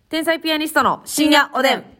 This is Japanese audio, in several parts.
天才ピアニストの深夜おでん。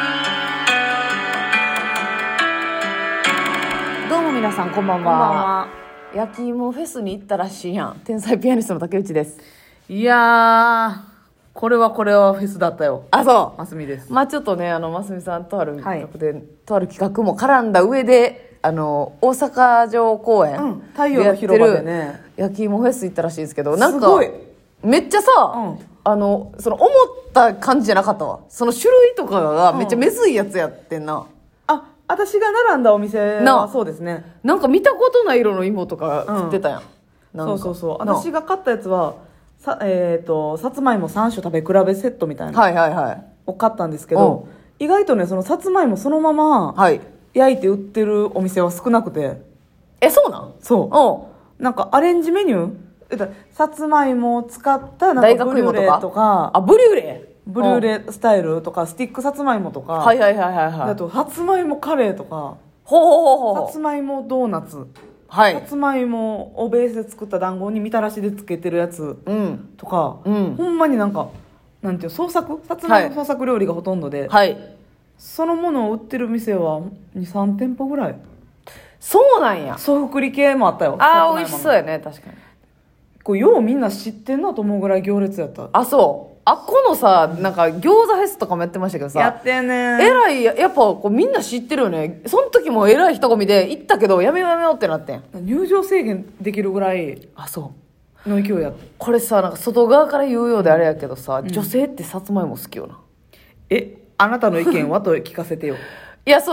どうも皆さんこんばんは。 こんばんは。 焼き芋フェスに行ったらしいやん。天才ピアニストの竹内です。 いやー、これはフェスだったよ。 あ、そう。 ますみです。 まあちょっとね、ますみさんとある企画で、とある企画も絡んだ上で、大阪城公園、 太陽の広場でね、 焼き芋フェス行ったらしいんですけど、なんかすごいめっちゃさ、その思った感じじゃなかったわ。その種類とかがめっちゃめずいやつやってんな。 あ、私が並んだお店はそうですね。 なんか見たことない色の芋とか売ってたやん。なんかそう。私が買ったやつは、さつまいも3種食べ比べセットみたいな、 はいはいはい。 を買ったんですけど、意外とね、そのさつまいもそのままはい。 焼いて売ってるお店は少なくて、 そうなんそうなんかアレンジメニュー、さつまいもを使ったなん大かブリュレ学芋とかとか、 あ、ブリュレブリュレスタイルとか、スティックさつまいもとか、 はいはいはいはいはい。 あとさつまいもカレーとか、 ほうさつまいもドーナツ、 はい。 さつまいもをベースで作った団子にみたらしでつけてるやつうん。 とか、 うんほんまになんかなんていう創作さつまいも創作料理がほとんどで、 はい。 そのものを売ってる店は23店舗ぐらい、 そうなんや。 ソフクリ系もあったよ。 あー、美さつまいもの味しそうやね、確かに。 こうようみんな知ってんなと思うぐらい行列やった。 あ、そう。あっこのさ、なんか餃子フェスとかもやってましたけどさ、 やってんねえらい、やっぱこうみんな知ってるよね。その時もえらい人混みで行ったけど、やめようやめようってなってん。 入場制限できるぐらいあ、そう。 の勢いやった。 これさ、なんか外側から言うようであれやけどさ、女性ってさつまいも好きよな。 あなたの意見はと聞かせてよ。 いや、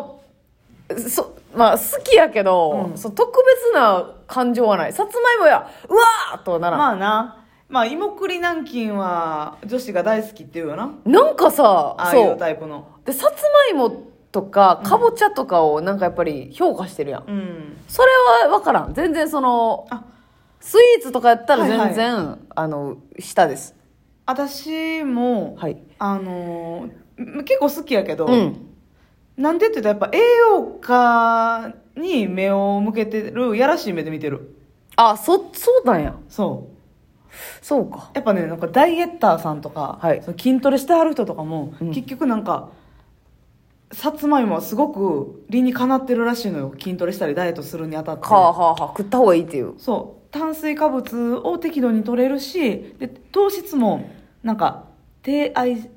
まあ好きやけど、特別な感情はない。さつまいもや、うわーとはならん。 まあな、まあ芋栗南京は女子が大好きっていうよな、 なんかさ、 ああいうタイプの。 で、さつまいもとか、かぼちゃとかをなんかやっぱり評価してるやん。それは分からん。全然あ、 スイーツとかやったら全然、下です。 私も、 はい。 結構好きやけど、なんでって言ったらやっぱ栄養価に目を向けてる、やらしい目で見てる。 あ、そうなんや。そうか。 やっぱね、なんかダイエッターさんとか、 はいその筋トレしてはる人とかも、結局なんかさつまいもはすごく理にかなってるらしいのよ。筋トレしたりダイエットするにあたって。 はあはあはあ、食った方がいいっていう。 そう、炭水化物を適度に取れるし、で糖質もなんか低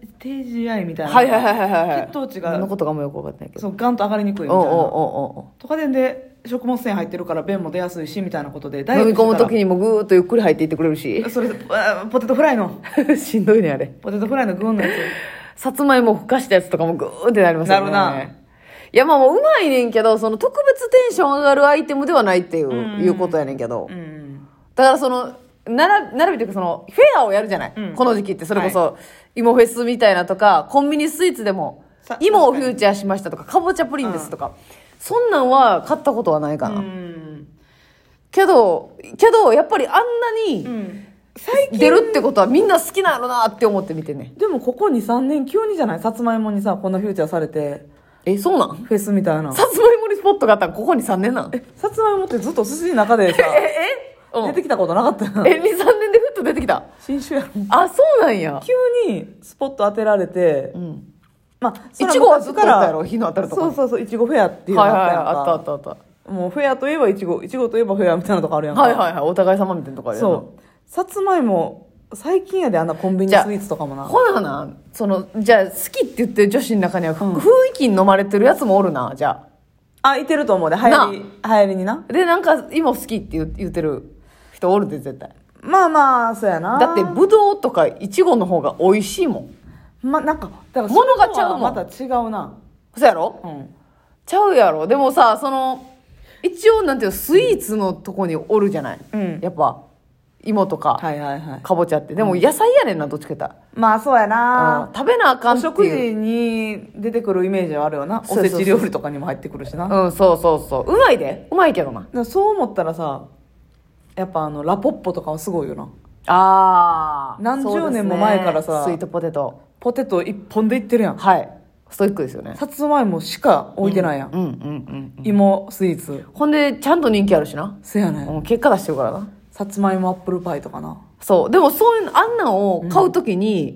GI みたいな、 はいはいはいはいはい。 血糖値が何のことかもよく分かってないけど。 そうガンと上がりにくいみたいなおうおうおうおうとかで食物繊維入ってるから便も出やすいしみたいなことで、 飲み込む時ににもぐーっとゆっくり入っていってくれるし。 それポテトフライのしんどいね、あれ。 ポテトフライのグーンのやさつまいもふかしたやつとかもぐーってなりますよね。 なるな。 いや、まあもううまいねんけど、その特別テンション上がるアイテムではないっていうことやねんけど。だから並びというかフェアをやるじゃない、この時期って。それこそ、芋フェスみたいなとか、コンビニスイーツでも、芋をフューチャーしましたとか、かぼちゃプリンですとか、そんなんは買ったことはないかな。けど、やっぱりあんなに、 最近出るってことはみんな好きなのなって思って見てね。 でもここ 2,3 年急にじゃない、さつまいもにさこんなフューチャーされて、 そうなんフェスみたいな。 さつまいもにスポットがあったらここに3年なんさつまいもってずっと寿司の中でさ出てきたことなかったよな。 2、3年でふっと出てきた。 新種やろ。 あ、そうなんや。 急にスポット当てられて、まあいちごはずっとあったやろ、日の当たるとか。 そういちごフェアっていうのはいはい、 あったやんか。 あった。 もうフェアといえばいちごといえばフェアみたいなとこあるやんか。 はいはいはい、お互い様みたいなとこあるやんな。 そうさつまいも最近やで、あんなコンビニスイーツとかもな。 ほなじゃあ好きって言ってる女子の中には、雰囲気に飲まれてるやつもおるな、じゃあ。 いてると思うで、流行りにな。 で、なんか今好きって言ってる人おるで、絶対。 まあまあそうやな。 だってぶどうとかいちごの方が美味しいもん。 なんかだから物がちゃうもんまた違うな。 そうやろ、ちゃうやろ。でもさ、一応なんていうの、スイーツのとこにおるじゃない、やっぱ芋とか、かぼちゃって。でも野菜やねんな、どっちか言ったら。 まあそうやな、 食べなあかんっていう。 お食事に出てくるイメージはあるよな。おせち料理とかにも入ってくるしな。 そう。うまいで。うまいけどな。 だからそう思ったらさ、やっぱラポッポとかはすごいよな。何十年も前からさ、 スイートポテト。 ポテト一本でいってるやん。 はい。ストイックですよね。 さつまいもしか置いてないやん。芋スイーツ。 ほんで、ちゃんと人気あるしな。 せやねん。 結果出してるからな。 さつまいもアップルパイとかな。 そう。でもそういう、あんなんを買うときに、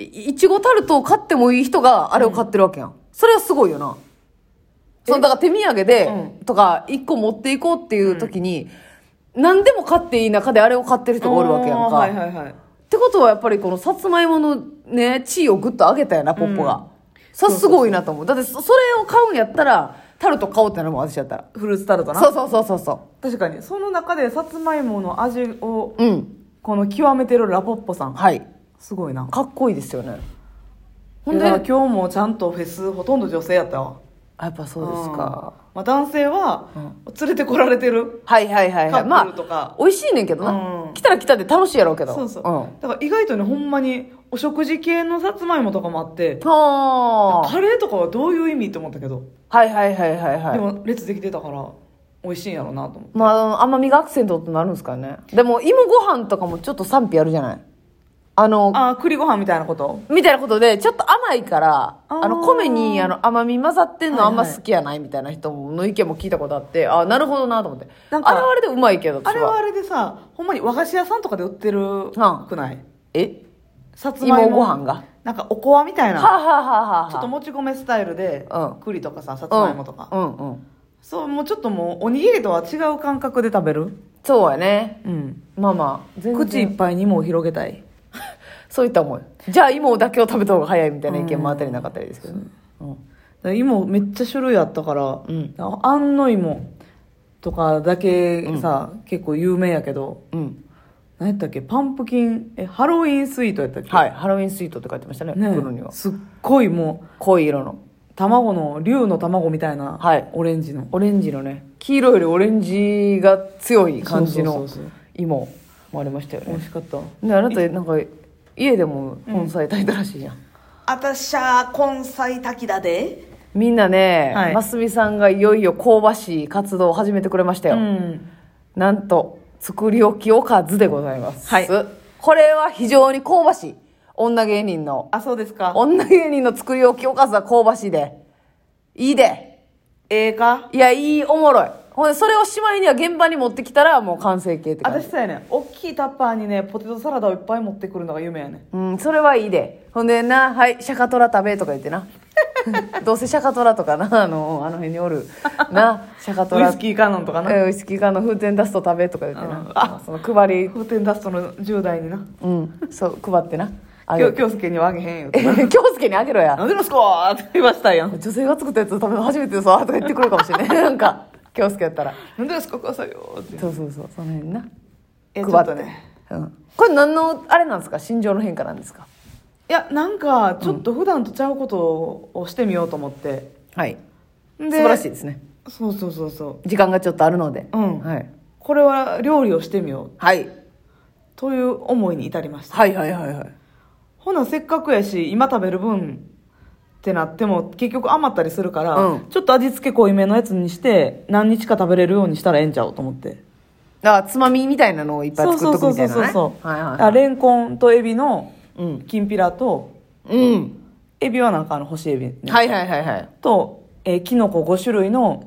いちごタルトを買ってもいい人があれを買ってるわけやん。それはすごいよな。だから手土産で、とか、1個持っていこうっていう時に、何でも買っていい中であれを買ってる人がおるわけやんか。 はいはいはい。 ってことはやっぱりこのさつまいものね、地位をグッと上げたよな、ポッポが。それすごいなと思う。だってそれを買うんやったら、タルト買おうってなるもん、私やったら。 フルーツタルトな。 そうそうそうそうそう。 確かに。その中でさつまいもの味を、 うん。 この極めてるラポッポさん。 はい。 すごいな。 かっこいいですよね。 ほんで、今日もちゃんとフェスほとんど女性やったわ。 やっぱそうですか。 まあ、男性は、連れてこられてる。 はいはいはいはい。 カップルとか。 まあ、美味しいねんけどな。来たら来たで楽しいやろうけど。 そうそう。だから意外とね、ほんまに、お食事系のさつまいもとかもあって、 はカレーとかはどういう意味って思ったけど。 はいはいはいはいはい。 でも、列できてたから、美味しいんやろうなと思って。 まあ、甘みがアクセントとなるんですかね。でも、芋ご飯とかもちょっと賛否あるじゃない。 栗ご飯みたいなことみたいなことで、ちょっと甘いから、 あー米に甘み混ざってんのあんま好きやないみたいな人の意見も聞いたことあって、あ、なるほどなと思って。 なんかあれはあれでうまいけど、 あれはあれでさ、ほんまに和菓子屋さんとかで売ってるくない、さつまいも芋ご飯がなんかおこわみたいな、 はあ、はあはあはあ、 ちょっともち米スタイルで、栗とかさ、さつまいもとか。 うんうん。 そう、もうちょっともう、おにぎりとは違う感覚で食べる。 そうやね。 うん。 まあまあ、全然。 口いっぱいに芋を広げたい。 そういった思い。じゃあ芋だけを食べた方が早いみたいな意見もあったりなかったりですけどね。 だから芋めっちゃ種類あったから、安納芋とかだけさ、結構有名やけど、何やったっけ、パンプキン、ハロウィンスイートやったっけ。 はい、ハロウィンスイートって書いてましたね、 ね、 袋には。 すっごいもう、 濃い色の。 卵の、竜の卵みたいな、 はい、 オレンジの。 オレンジのね、黄色よりオレンジが強い感じの芋もありましたよね。 美味しかった。 ね、あなたなんか、家でも根菜炊いたらしいやん。 あたしゃ根菜炊きだで。 みんなね、ますみさんがいよいよ香ばしい活動を始めてくれましたよ。なんと、作り置きおかずでございます。はい。これは非常に香ばしい。女芸人の。 あ、そうですか。 女芸人の作り置きおかずは香ばしいで。いいで。 かいや、いい、おもろい。ほんで、それをしまいには現場に持ってきたらもう完成形って感じ。 私さやね、大きいタッパーにね、ポテトサラダをいっぱい持ってくるのが夢やね。 それはいいで。ほんでな、はい、シャカトラ食べとか言ってな。どうせシャカトラとかな、あの辺におる。な、シャカトラ。 ウイスキーカノンとかな。 ウイスキーカノン、風天ダスト食べとか言ってな。その配り。 風天ダストの10代にな。 そう、配ってな。 京介にはあげへんよ。 京介にあげろや。 なんでですかって言わしたやん。 女性が作ったやつ食べるの初めてでさ、とか言ってくるかもしれない。なんか。京介やったらなんでですかくださいよって。 そうそうそう、その辺な配ってね、 これ何のあれなんですか、心情の変化なんですか。 いや、なんかちょっと普段とちゃうことをしてみようと思って、 はい素晴らしいですね。 そうそうそうそう、 時間がちょっとあるので、 はい、これは料理をしてみよう、 はい、 という思いに至りました。 はいはいはいはい。 ほなせっかくやし今食べる分ってなっても結局余ったりするから、ちょっと味付け濃いめのやつにして何日か食べれるようにしたらええんちゃうと思って。 つまみみたいなのをいっぱい作っとくみたいなね。そうそうそうそう、 はいはい、レンコンとエビのきんぴらと、エビはなんか干しエビ、ね、 はいはいはいはい、 と、きのこ5種類の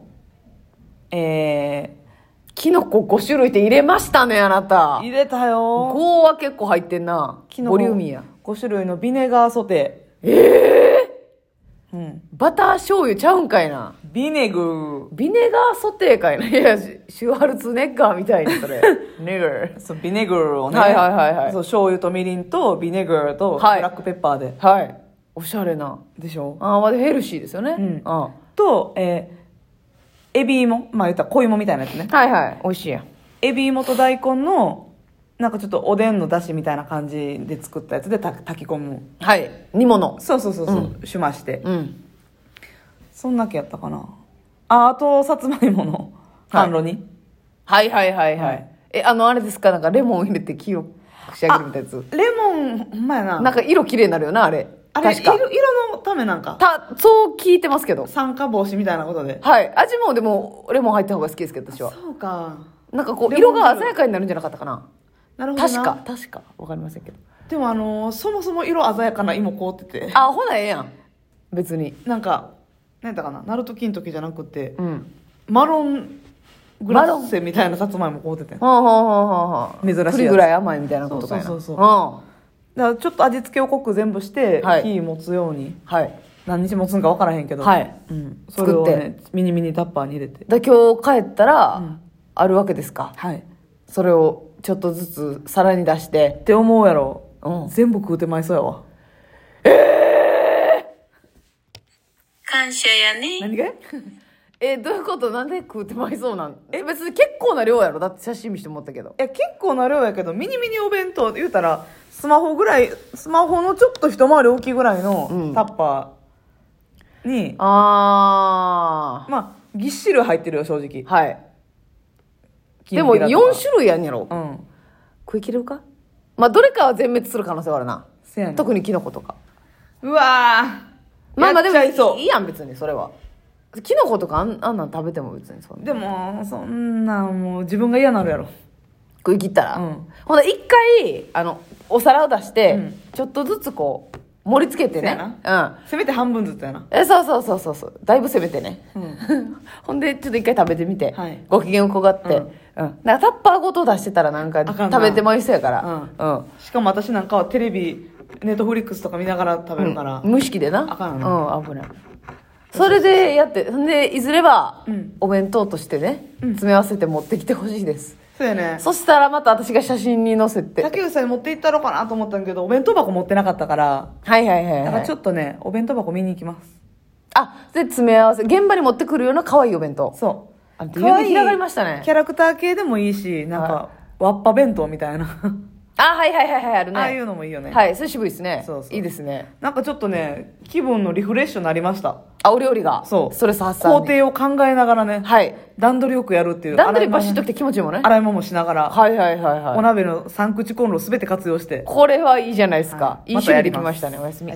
きのこ5種類って入れましたね、あなた。 入れたよ。 5は結構入ってんな。ボリューミーや。 5種類のビネガーソテー。バター醤油ちゃうんかいな。 ビネガーソテーかいな。いや、シュワルツネッガーみたいにそれ。ネガー。 そう、ビネガーをね。 はいはいはいはい。 そう、醤油とみりんとビネガーとブラックペッパーで。 はい。おしゃれな。 でしょ。 ヘルシーですよね。 と、エビ芋。まあ言ったら小芋みたいなやつね。 はいはい。美味しいやん。 エビ芋と大根の、なんかちょっとおでんの出汁みたいな感じで作ったやつで炊き込む。 はい。煮物。 そうそうそうそう、しまして。そんだけやったかな。あと、さつまいもの甘露煮。 はいはいはいはい。あれですか、なんかレモン入れて黄色く仕上げるみたいなやつ。 レモン、ほんまやな。 なんか色綺麗になるよな、あれ。 あれ、色のためなんか。 そう聞いてますけど。 酸化防止みたいなことで。 はい。味もでも、レモン入った方が好きですけど、私は。 そうか。 なんかこう、色が鮮やかになるんじゃなかったかな。 なるほどな。 確か。わかりませんけど。 でもそもそも色鮮やかな芋凍ってて。 ほなええやん。別に。 なんか、何やったかな、ナルト金時じゃなくて、マロングラッセみたいなさつまいも凍ってて。珍しいやつ。 栗ぐらい甘いみたいなことかやな。 そう。 だからちょっと味付けを濃く全部して、 はい火持つように。 はい。 何日持つんか分からへんけど。 はいうん。それをね、ミニミニタッパーに入れて。 今日帰ったら、あるわけですか。 はい。っそれをちょっとずつ皿に出して。 て思うやろ。 うん全部食うてまいそうやわ。 感謝やね。 何がどういうこと？なんで食うてまいそうなん別に結構な量やろ。だって写真見して思ったけど。 いや、結構な量やけど、ミニミニお弁当言うたら、スマホのちょっと一回り大きいぐらいのタッパーに、まあ、ぎっしり入ってるよ、正直。 はい。 きんぴでもらとか 4種類やんやろ。 うん。 食い切れるか？まあ、どれかは全滅する可能性はあるな。 せやねん。 特にキノコとか。 うわー。 まあまあでもやっちゃいそういいやん、別にそれは。キノコとかあんなん食べても別にそんな。 でも、そんなんもう自分が嫌なるやろ。 食い切ったら。 うんほんで一回、お皿を出して、 うんちょっとずつこう、盛り付けてね。 そうやせめて半分ずつやな。 そう。だいぶ攻めてね。ほんで、ちょっと一回食べてみて、 はいご機嫌を伺って、なんかタッパーごと出してたらなんかあかんな食べてまいそうやから、 しかも私なんかはテレビ、ネットフリックスとか見ながら食べるから。 無意識でな。 あかんよ危ない。それでやって、んで、いずれはうん、 お弁当としてね、詰め合わせて持ってきてほしいです。 そうやね。 そしたらまた私が写真に載せて。 竹内さんに持って行ったろうかなと思ったんだけど、お弁当箱持ってなかったから、 はいはいだからちょっと。 っとね、お弁当箱見に行きます。 で、詰め合わせ。現場に持ってくるような可愛いお弁当。 そう。 夢広がりましたねキャラクター系でもいいし、なんか、わっぱ弁当みたいな。 はい、あるね。 ああいうのもいいよね。 はい、それ渋いですね。 そうそういいですね。 なんかちょっとね、気分のリフレッシュになりました。 お料理が。 そう。 ストレス発散に。 工程を考えながらね、 はい。 段取りよくやるっていう。 段取りバシッときて気持ちいいもんね。 洗い物もしながら、 はい。 お鍋の3口コンロをすべて活用して。 これはいいじゃないですか。 はいいい趣味できましたね。おやすみ。